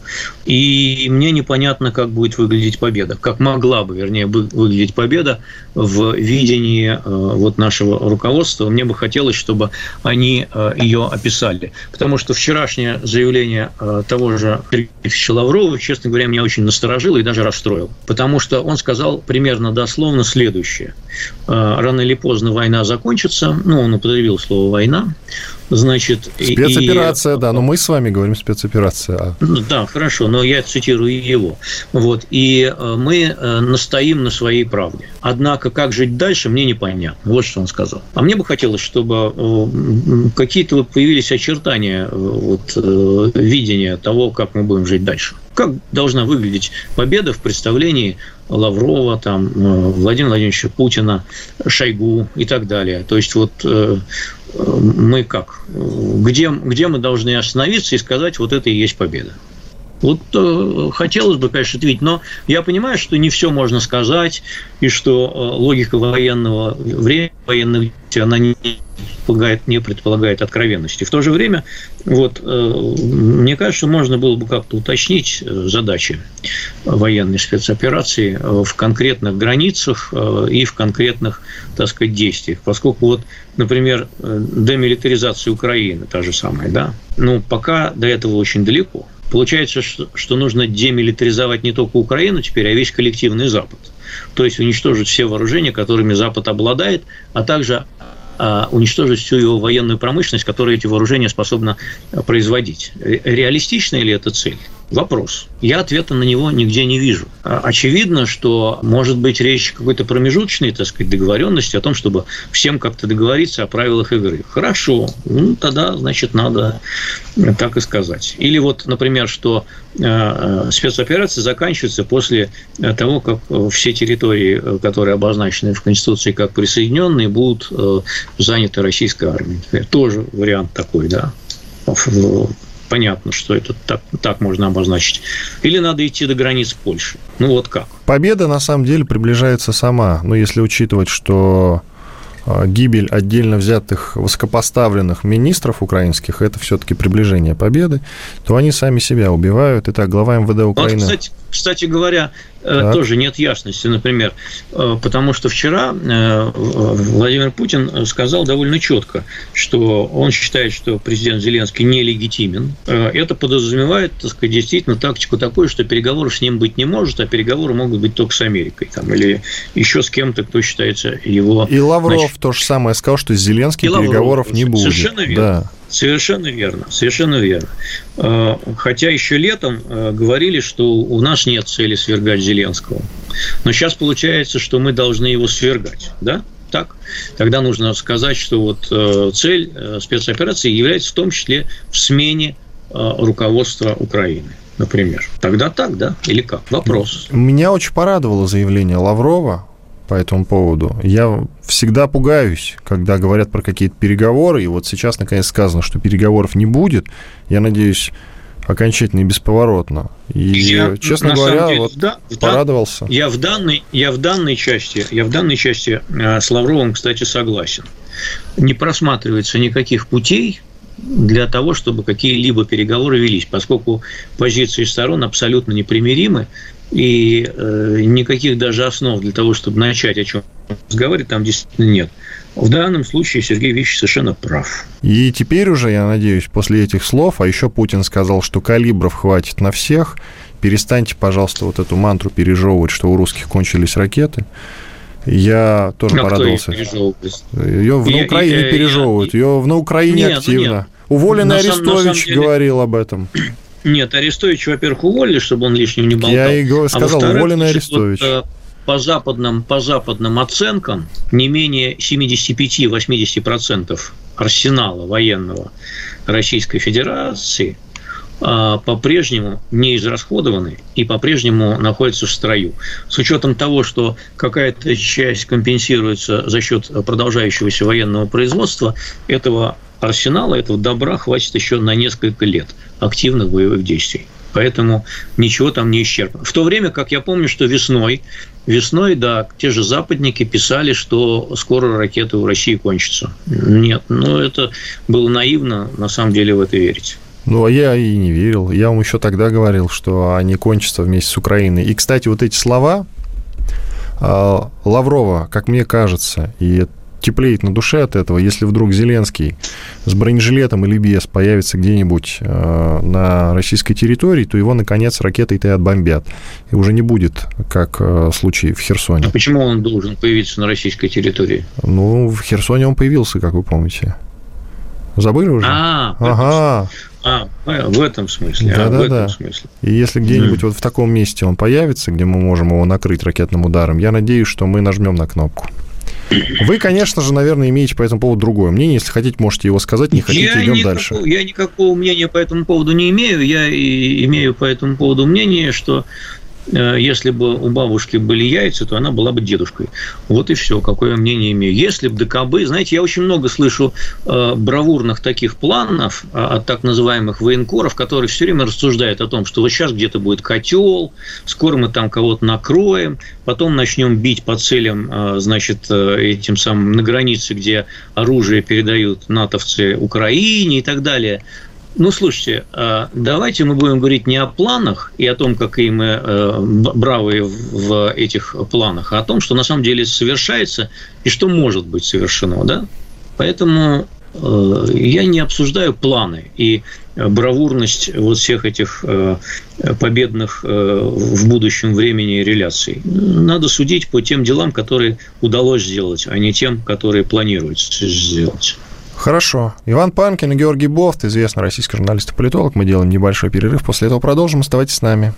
[SPEAKER 3] И мне непонятно, как будет выглядеть победа, как могла бы, вернее, выглядеть победа в видении вот нашего руководства. Мне бы хотелось, чтобы они ее описали, потому что вчерашнее заявление того же Сергея Лаврова, честно говоря, меня очень насторожило и даже расстроило, потому что он сказал примерно дословно следующее: рано или поздно война закончится, ну, он употребил слово «война», значит...
[SPEAKER 2] Спецоперация, и... да, но мы с вами говорим спецоперация.
[SPEAKER 3] Да, хорошо, но я цитирую его. Вот, и мы настоим на своей правде. Однако, как жить дальше, мне непонятно. Вот что он сказал. А мне бы хотелось, чтобы какие-то вот появились очертания вот, видения того, как мы будем жить дальше. Как должна выглядеть победа в представлении Лаврова, там, Владимира Владимировича Путина, Шойгу и так далее. То есть, вот мы как? Где, где мы должны остановиться и сказать, вот это и есть победа? Вот э, хотелось бы, конечно, ответить, но я понимаю, что не все можно сказать, и что э, логика военного времени, военных действий, она не предполагает, не предполагает откровенности. В то же время, вот, э, мне кажется, можно было бы как-то уточнить задачи военной спецоперации в конкретных границах э, и в конкретных, так сказать, действиях. Поскольку, вот, например, демилитаризация Украины, та же самая, да, ну, пока до этого очень далеко. Получается, что нужно демилитаризовать не только Украину теперь, а весь коллективный Запад. То есть уничтожить все вооружения, которыми Запад обладает, а также уничтожить всю его военную промышленность, которая эти вооружения способна производить. Реалистична ли эта цель? Вопрос. Я ответа на него нигде не вижу. Очевидно, что может быть речь какой-то промежуточной, так сказать, договоренности о том, чтобы всем как-то договориться о правилах игры. Хорошо, ну тогда, значит, надо так и сказать. Или вот, например, что спецоперация заканчивается после того, как все территории, которые обозначены в Конституции как присоединенные, будут заняты российской армией. Тоже вариант такой, да. Понятно, что это так, так можно обозначить. Или надо идти до границ Польши. Ну вот как?
[SPEAKER 2] Победа, на самом деле, приближается сама. Но если учитывать, что гибель отдельно взятых высокопоставленных министров украинских – это все-таки приближение победы, то они сами себя убивают. Итак, глава эм вэ дэ Украины...
[SPEAKER 3] Вот, кстати, кстати говоря, так. тоже нет ясности, например, потому что вчера Владимир Путин сказал довольно четко, что он считает, что президент Зеленский нелегитимен. Это подразумевает, так сказать, действительно тактику такую, что переговоров с ним быть не может, а переговоры могут быть только с Америкой там, или еще с кем-то, кто считается его...
[SPEAKER 2] И Лавров, значит, то же самое сказал, что с Зеленским переговоров Лавров, не будет.
[SPEAKER 3] Совершенно верно. Да. Совершенно верно, совершенно верно. Хотя еще летом говорили, что у нас нет цели свергать Зеленского. Но сейчас получается, что мы должны его свергать, да? Так? Тогда нужно сказать, что вот цель спецоперации является в том числе в смене руководства Украины. например. Тогда так, да? Или как? Вопрос.
[SPEAKER 2] Меня очень порадовало заявление Лаврова по этому поводу. Я всегда пугаюсь, когда говорят про какие-то переговоры, и вот сейчас, наконец, сказано, что переговоров не будет. Я надеюсь, окончательно и бесповоротно. И, я, честно говоря, деле, вот да, порадовался.
[SPEAKER 3] Я в, данной, я, в данной части, я в данной части с Лавровым, кстати, согласен. Не просматривается никаких путей для того, чтобы какие-либо переговоры велись, поскольку позиции сторон абсолютно непримиримы, и э, никаких даже основ для того, чтобы начать о чем разговаривать, там действительно нет. В данном случае Сергей Викторович совершенно прав.
[SPEAKER 2] И теперь уже, я надеюсь, после этих слов, а еще Путин сказал, что калибров хватит на всех, перестаньте, пожалуйста, вот эту мантру пережевывать, что у русских кончились ракеты. Я тоже а порадовался. Ее в, на Украине я, пережевывают, я, ее на Украине нет, активно. Нет. Уволенный на Арестович деле... говорил об этом.
[SPEAKER 3] Нет, Арестович, во-первых, уволили, чтобы он лишнего не болтал.
[SPEAKER 2] Я и сказал, а уволенный Арестович.
[SPEAKER 3] Вот, по западным, по западным оценкам, не менее семьдесят пять - восемьдесят процентов арсенала военного Российской Федерации по-прежнему не израсходованы и по-прежнему находятся в строю. С учетом того, что какая-то часть компенсируется за счет продолжающегося военного производства, этого арсенала, этого добра хватит еще на несколько лет активных боевых действий. Поэтому ничего там не исчерпано. В то время, как я помню, что весной, весной, да, те же западники писали, что скоро ракеты у России кончатся. Нет, ну это было наивно, на самом деле, в это верить.
[SPEAKER 2] Ну, а я и не верил. Я вам еще тогда говорил, что они кончатся вместе с Украиной. И, кстати, вот эти слова Лаврова, как мне кажется, и теплеет на душе от этого, если вдруг Зеленский с бронежилетом или без появится где-нибудь на российской территории, то его, наконец, ракетой-то и отбомбят. И уже не будет, как в случае в Херсоне.
[SPEAKER 3] А почему он должен появиться на российской территории?
[SPEAKER 2] Ну, в Херсоне он появился, как вы помните. Забыли уже?
[SPEAKER 3] А,
[SPEAKER 2] ага.
[SPEAKER 3] А, в этом смысле.
[SPEAKER 2] Да,
[SPEAKER 3] а,
[SPEAKER 2] да,
[SPEAKER 3] в этом
[SPEAKER 2] да.
[SPEAKER 3] смысле.
[SPEAKER 2] И если где-нибудь mm. вот в таком месте он появится, где мы можем его накрыть ракетным ударом, я надеюсь, что мы нажмем на кнопку. Вы, конечно же, наверное, имеете по этому поводу другое мнение. Если хотите, можете его сказать, не хотите, я идем
[SPEAKER 3] никакого,
[SPEAKER 2] дальше.
[SPEAKER 3] Я никакого мнения по этому поводу не имею. Я и имею по этому поводу мнение, что если бы у бабушки были яйца, то она была бы дедушкой. Вот и все, какое мнение имею. Если бы ДКБ... Знаете, я очень много слышу э, бравурных таких планов э, от так называемых военкоров, которые все время рассуждают о том, что вот сейчас где-то будет котел, скоро мы там кого-то накроем, потом начнем бить по целям, э, значит, э, этим самым на границе, где оружие передают натовцы Украине и так далее. Ну, слушайте, давайте мы будем говорить не о планах и о том, какие мы бравые в этих планах, а о том, что на самом деле совершается и что может быть совершено, да? Поэтому я не обсуждаю планы и бравурность вот всех этих победных в будущем времени реляций. Надо судить по тем делам, которые удалось сделать, а не тем, которые планируется сделать.
[SPEAKER 2] Хорошо. Иван Панкин и Георгий Бофт, известный российский журналист и политолог. Мы делаем небольшой перерыв. После этого продолжим. Оставайтесь с нами.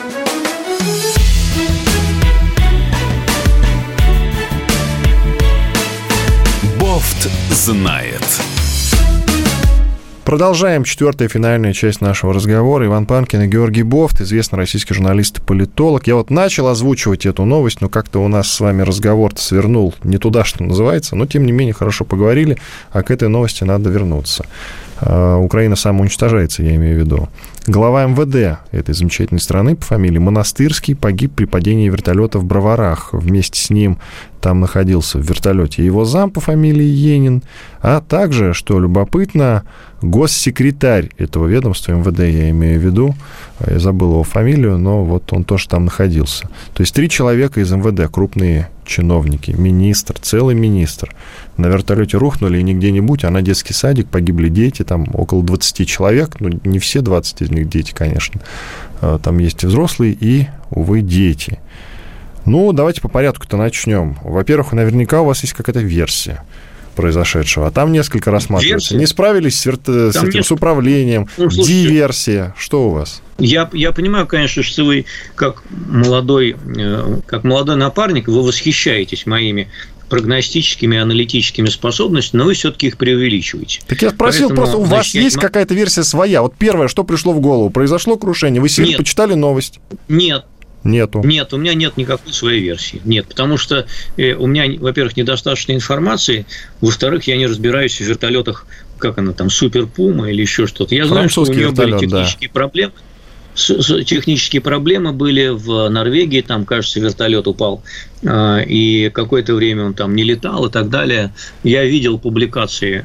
[SPEAKER 1] Бофт знает.
[SPEAKER 2] Продолжаем. Четвертая финальная часть нашего разговора. Иван Панкин и Георгий Бофт, известный российский журналист и политолог. Я вот начал озвучивать эту новость, но как-то у нас с вами разговор-то свернул не туда, что называется, но, тем не менее, хорошо поговорили, а к этой новости надо вернуться. Украина самоуничтожается, я имею в виду. Глава эм вэ дэ этой замечательной страны по фамилии Монастырский погиб при падении вертолета в Броварах. Вместе с ним там находился в вертолете его зам по фамилии Енин, а также, что любопытно, госсекретарь этого ведомства эм вэ дэ, я имею в виду, я забыл его фамилию, но вот он тоже там находился. То есть три человека из эм вэ дэ, крупные чиновники, министр, целый министр, на вертолете рухнули, и не где-нибудь, а на детский садик, погибли дети, там около двадцать человек, ну, не все двадцать из них дети, конечно, там есть и взрослые, и, увы, дети. Ну, давайте по порядку-то начнем. Во-первых, наверняка у вас есть какая-то версия произошедшего, а там несколько рассматривается. Не справились с, верт... с этим, нет... с управлением, ну, диверсия. Что у вас?
[SPEAKER 3] Я, я понимаю, конечно, что вы, как молодой, как молодой напарник, вы восхищаетесь моими прогностическими, аналитическими способностями, но вы все-таки их преувеличиваете.
[SPEAKER 2] Так я спросил, Поэтому, просто у вас значит, есть я... какая-то версия своя? Вот первое, что пришло в голову? Произошло крушение, вы сели, почитали новость?
[SPEAKER 3] Нет.
[SPEAKER 2] Нету.
[SPEAKER 3] Нет, у меня нет никакой своей версии. Нет, потому что у меня, во-первых, недостаточно информации, во-вторых, я не разбираюсь в вертолетах, как она там, Супер Пума или еще что-то. Я знаю, что у нее были технические да. проблемы. Технические проблемы были в Норвегии, там, кажется, вертолет упал, и какое-то время он там не летал и так далее. Я видел публикации,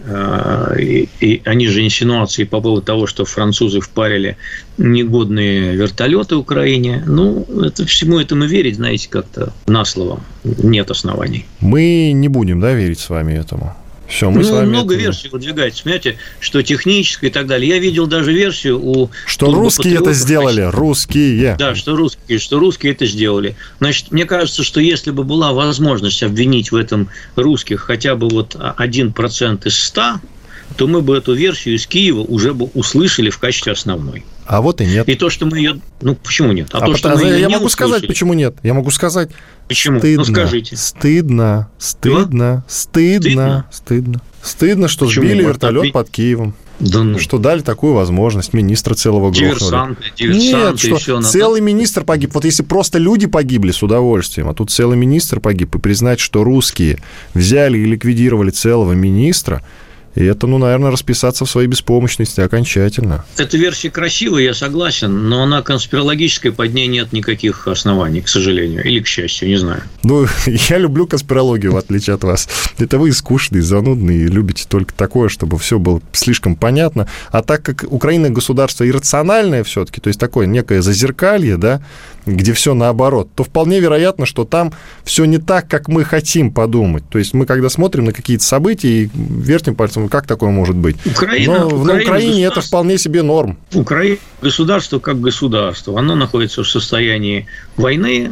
[SPEAKER 3] и они же инсинуации по поводу того, что французы впарили негодные вертолеты Украине. Ну, это, всему этому верить, знаете, как-то на слово нет оснований.
[SPEAKER 2] Мы не будем, да, верить с вами этому? Все, мы
[SPEAKER 3] ну,
[SPEAKER 2] с вами
[SPEAKER 3] много
[SPEAKER 2] это...
[SPEAKER 3] версий выдвигается, понимаете, что техническая и так далее. Я видел даже версию у...
[SPEAKER 2] Что русские это сделали, русские.
[SPEAKER 3] Да, что русские, что русские это сделали. Значит, мне кажется, что если бы была возможность обвинить в этом русских хотя бы вот один процент из ста, то мы бы эту версию из Киева уже бы услышали в качестве основной.
[SPEAKER 2] А вот и нет.
[SPEAKER 3] И то, что мы ее... Ну, почему нет? А,
[SPEAKER 2] а
[SPEAKER 3] то,
[SPEAKER 2] потому,
[SPEAKER 3] что мы ее
[SPEAKER 2] я
[SPEAKER 3] не
[SPEAKER 2] могу
[SPEAKER 3] услышали...
[SPEAKER 2] сказать, почему нет. Я могу сказать...
[SPEAKER 3] Почему?
[SPEAKER 2] Стыдно,
[SPEAKER 3] ну, скажите.
[SPEAKER 2] Стыдно, стыдно, стыдно, стыдно. Стыдно, что почему? Сбили вертолет Обвин... под Киевом.
[SPEAKER 3] Да ну.
[SPEAKER 2] Что дали такую возможность, министра целого грохнули.
[SPEAKER 3] Диверсанты, диверсанты.
[SPEAKER 2] Нет, что целый министр погиб. Вот если просто люди погибли, с удовольствием, а тут целый министр погиб, и признать, что русские взяли и ликвидировали целого министра, и это, ну, наверное, расписаться в своей беспомощности окончательно.
[SPEAKER 3] Эта версия красивая, я согласен, но она конспирологическая, под ней нет никаких оснований, к сожалению, или к счастью, не знаю.
[SPEAKER 2] Ну, я люблю конспирологию, в отличие от вас. Это вы скучные, занудные, и любите только такое, чтобы все было слишком понятно. А так как Украина государство иррациональное все-таки, то есть такое некое зазеркалье, да, где все наоборот, то вполне вероятно, что там все не так, как мы хотим подумать. То есть мы, когда смотрим на какие-то события и вертим пальцем, как такое может быть?
[SPEAKER 3] Украина,
[SPEAKER 2] Но
[SPEAKER 3] Украина,
[SPEAKER 2] на Украине это вполне себе норм.
[SPEAKER 3] Украина государство как государство. Оно находится в состоянии войны,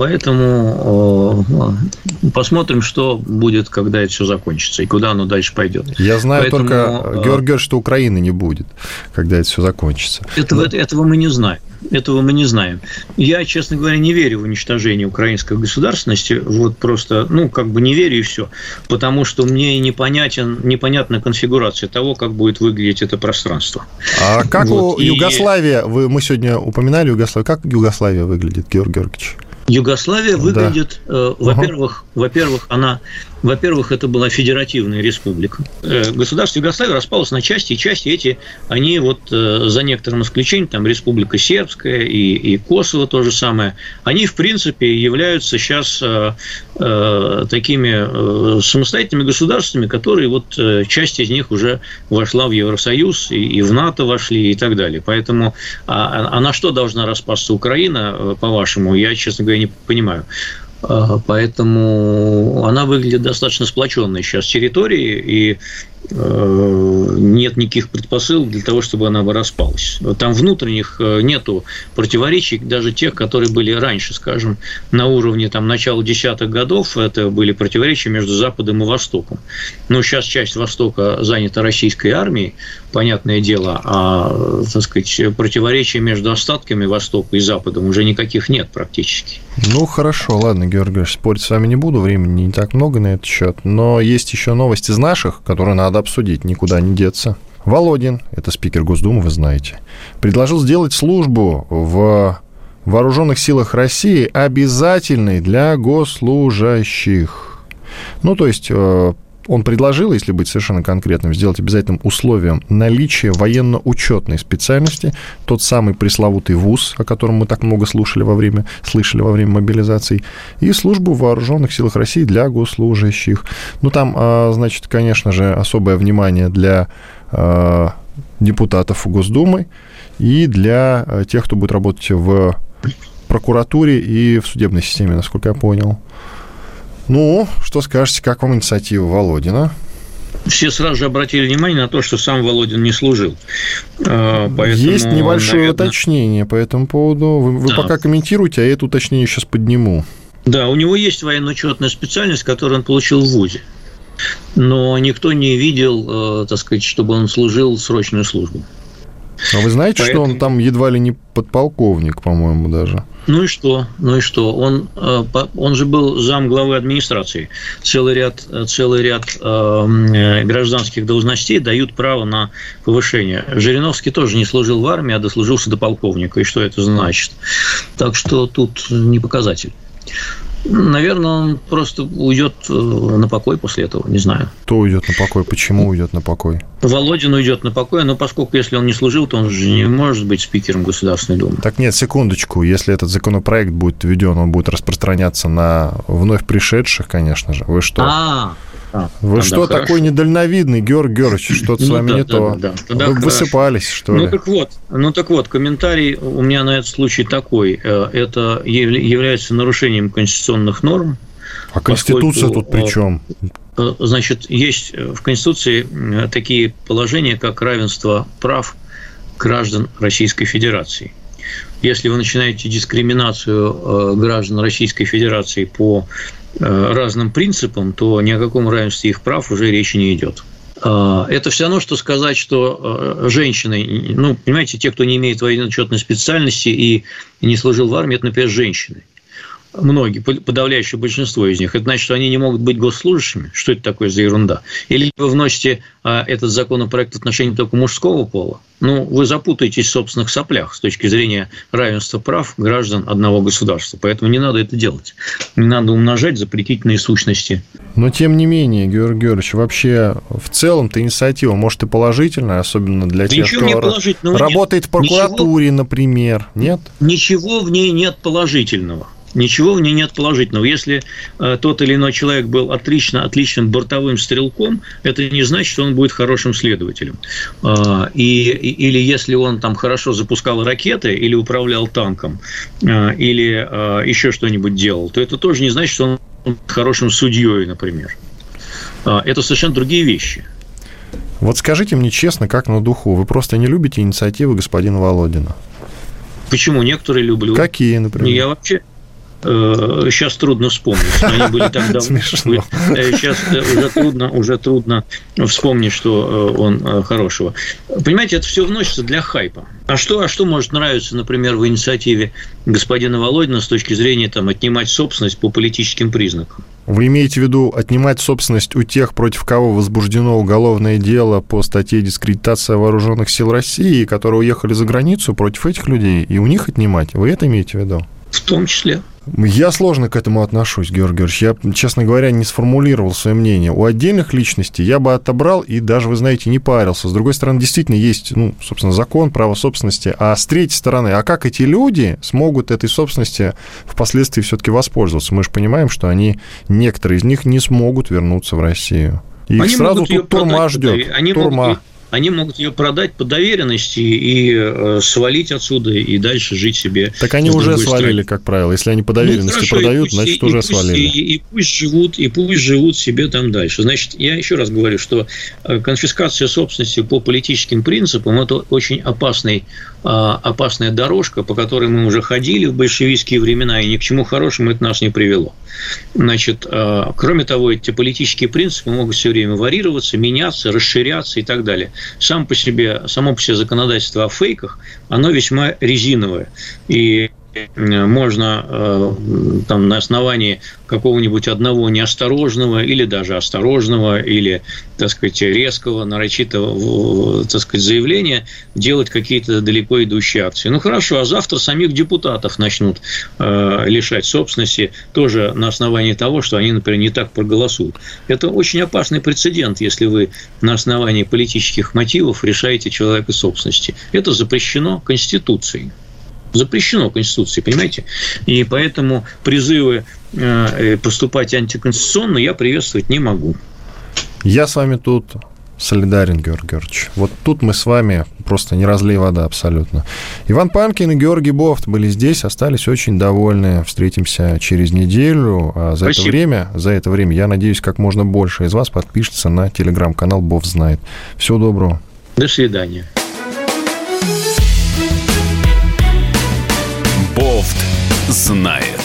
[SPEAKER 3] поэтому посмотрим, что будет, когда это все закончится, и куда оно дальше пойдет.
[SPEAKER 2] Я знаю поэтому... только, Георгий Георгиевич, что Украины не будет, когда это все закончится.
[SPEAKER 3] Этого, Но... этого мы не знаем. Этого мы не знаем. Я, честно говоря, не верю в уничтожение украинской государственности. Вот просто, ну, как бы не верю и все. Потому что мне непонятен, непонятна конфигурация того, как будет выглядеть это пространство.
[SPEAKER 2] А как
[SPEAKER 3] вот.
[SPEAKER 2] у и... Югославия, вы, мы сегодня упоминали Югославию, как Югославия выглядит, Георгий Георгиевич? Югославия
[SPEAKER 3] выглядит, да. э, во-первых, угу. во-первых, она, во-первых, это была федеративная республика. Э, государство Югославия распалось на части, и части эти, они вот э, за некоторым исключением, там Республика Сербская и, и Косово то же самое, они, в принципе, являются сейчас э, э, такими э, самостоятельными государствами, которые вот э, часть из них уже вошла в Евросоюз и, и в НАТО вошли и так далее. Поэтому, а, а на что должна распасться Украина, по-вашему, я, честно говоря, не понимаю. Поэтому она выглядит достаточно сплоченной сейчас территорией, и нет никаких предпосылок для того, чтобы она бы распалась. Там внутренних нету противоречий, даже тех, которые были раньше, скажем, на уровне там, начала десятых годов, это были противоречия между Западом и Востоком. Но сейчас часть Востока занята российской армией, понятное дело, а, так сказать, противоречий между остатками Востока и Западом уже никаких нет практически.
[SPEAKER 2] Ну, хорошо, ладно, Георгий Георгиевич, спорить с вами не буду, времени не так много на этот счет, но есть еще новости из наших, которые надо обсудить, никуда не деться. Володин, это спикер Госдумы, вы знаете, предложил сделать службу в Вооруженных силах России обязательной для госслужащих. Ну, то есть он предложил, если быть совершенно конкретным, сделать обязательным условием наличие военно-учетной специальности, тот самый пресловутый вуз, о котором мы так много слушали во время, слышали во время мобилизации, и службу в Вооруженных силах России для госслужащих. Ну, там, значит, конечно же, особое внимание для депутатов Госдумы и для тех, кто будет работать в прокуратуре и в судебной системе, насколько я понял. Ну, что скажете, как вам инициатива Володина?
[SPEAKER 3] Все сразу же обратили внимание на то, что сам Володин не служил. Поэтому,
[SPEAKER 2] есть небольшое наверное... уточнение по этому поводу. Вы, вы да. пока комментируете, а я это уточнение сейчас подниму.
[SPEAKER 3] Да, у него есть военно-учетная специальность, которую он получил в ВУЗе. Но никто не видел, так сказать, чтобы он служил срочную службу.
[SPEAKER 2] А вы знаете,
[SPEAKER 3] Поэтому...
[SPEAKER 2] что он там едва ли не подполковник, по-моему, даже?
[SPEAKER 3] Ну и что? Ну и что? Он, он же был зам главы администрации. Целый ряд, целый ряд гражданских должностей дают право на повышение. Жириновский тоже не служил в армии, а дослужился до полковника. И что это значит? Так что тут не показатель. Наверное, он просто уйдет на покой после этого, не знаю.
[SPEAKER 2] Кто уйдет на покой? Почему уйдет на покой?
[SPEAKER 3] Володин уйдет на покой, но поскольку если он не служил, то он же не может быть спикером Государственной Думы.
[SPEAKER 2] Так нет, секундочку. Если этот законопроект будет введен, он будет распространяться на вновь пришедших, конечно же. Вы что?
[SPEAKER 3] А, А,
[SPEAKER 2] Вы что
[SPEAKER 3] да,
[SPEAKER 2] такой
[SPEAKER 3] хорошо.
[SPEAKER 2] недальновидный, Георгий Георгиевич, что-то
[SPEAKER 3] Ну
[SPEAKER 2] с вами
[SPEAKER 3] да,
[SPEAKER 2] не
[SPEAKER 3] да,
[SPEAKER 2] то.
[SPEAKER 3] да, да. Тогда
[SPEAKER 2] Вы
[SPEAKER 3] хорошо.
[SPEAKER 2] высыпались, что
[SPEAKER 3] Ну
[SPEAKER 2] ли?
[SPEAKER 3] так вот, ну так вот, комментарий у меня на этот случай такой. Это является нарушением конституционных норм.
[SPEAKER 2] А Конституция
[SPEAKER 3] поскольку,
[SPEAKER 2] тут при чем?
[SPEAKER 3] Значит, есть в Конституции такие положения, как равенство прав граждан Российской Федерации. Если вы начинаете дискриминацию граждан Российской Федерации по разным принципам, то ни о каком равенстве их прав уже речи не идет. Это все равно, что сказать, что женщины, ну, понимаете, те, кто не имеет военно-учетной специальности и не служил в армии, это, например, женщины. Многие, подавляющее большинство из них. Это значит, что они не могут быть госслужащими? Что это такое за ерунда? Или вы вносите этот законопроект в отношении только мужского пола? Ну, вы запутаетесь в собственных соплях с точки зрения равенства прав граждан одного государства. Поэтому не надо это делать. Не надо умножать запретительные сущности.
[SPEAKER 2] Но, тем не менее, Георгий Георгиевич, вообще в целом-то инициатива, может, и положительная, особенно для
[SPEAKER 3] Да
[SPEAKER 2] тех, кто работает
[SPEAKER 3] нет.
[SPEAKER 2] в прокуратуре,
[SPEAKER 3] Ничего,
[SPEAKER 2] например. Нет?
[SPEAKER 3] Ничего в ней нет положительного. Ничего в ней нет положительного. Если э, тот или иной человек был отлично, отличным бортовым стрелком, это не значит, что он будет хорошим следователем. Э, и, или если он там хорошо запускал ракеты, или управлял танком, э, или э, еще что-нибудь делал, то это тоже не значит, что он будет хорошим судьей, например. Э, это совершенно другие вещи.
[SPEAKER 2] Вот скажите мне честно, как на духу, вы просто не любите инициативы господина Володина?
[SPEAKER 3] Почему? Некоторые люблю.
[SPEAKER 2] Какие, например?
[SPEAKER 3] Я вообще... Сейчас трудно вспомнить, они были так давно.
[SPEAKER 2] Смешно.
[SPEAKER 3] Сейчас уже трудно, уже трудно вспомнить, что он хорошего. Понимаете, это все вносится для хайпа. А что, а что может нравиться, например, в инициативе господина Володина с точки зрения там, отнимать собственность по политическим признакам?
[SPEAKER 2] Вы имеете в виду отнимать собственность у тех, против кого возбуждено уголовное дело по статье «Дискредитация вооруженных сил России», которые уехали за границу, против этих людей, и у них отнимать? Вы это имеете в виду?
[SPEAKER 3] В том числе.
[SPEAKER 2] Я сложно к этому отношусь, Георгий Георгиевич. Я, честно говоря, не сформулировал свое мнение. У отдельных личностей я бы отобрал и даже, вы знаете, не парился. С другой стороны, действительно есть, ну, собственно, закон, право собственности. А с третьей стороны, а как эти люди смогут этой собственности впоследствии все-таки воспользоваться? Мы же понимаем, что они, некоторые из них не смогут вернуться в Россию. И их сразу тут турма ждет.
[SPEAKER 3] Они
[SPEAKER 2] турма.
[SPEAKER 3] Могут... Они могут ее продать по доверенности и э, свалить отсюда и дальше жить себе.
[SPEAKER 2] Так они уже свалили, стране. Как правило. Если они по доверенности ну, хорошо, продают, пусть, значит, и, уже и пусть, свалили.
[SPEAKER 3] И, и, пусть живут, и пусть живут себе там дальше. Значит, я еще раз говорю, что конфискация собственности по политическим принципам – это очень опасный, опасная дорожка, по которой мы уже ходили в большевистские времена, и ни к чему хорошему это нас не привело. Значит, кроме того, эти политические принципы могут все время варьироваться, меняться, расширяться и так далее. Сам по себе, само по себе законодательство о фейках, оно весьма резиновое. И можно там, на основании какого-нибудь одного неосторожного или даже осторожного, или, так сказать, резкого, нарочитого, так сказать, заявления делать какие-то далеко идущие акции. Ну, хорошо, а завтра самих депутатов начнут э, лишать собственности тоже на основании того, что они, например, не так проголосуют. Это очень опасный прецедент, если вы на основании политических мотивов решаете человека собственности. Это запрещено Конституцией. Запрещено Конституцией, понимаете? И поэтому призывы поступать антиконституционно я приветствовать не могу.
[SPEAKER 2] Я с вами тут солидарен, Георгий Георгиевич. Вот тут мы с вами просто не разлей вода абсолютно. Иван Панкин и Георгий Бофт были здесь, остались очень довольны. Встретимся через неделю. А за это время, за это время, я надеюсь, как можно больше из вас подпишется на телеграм-канал Бофт знает. Всего доброго.
[SPEAKER 3] До свидания.
[SPEAKER 1] Бофт знает.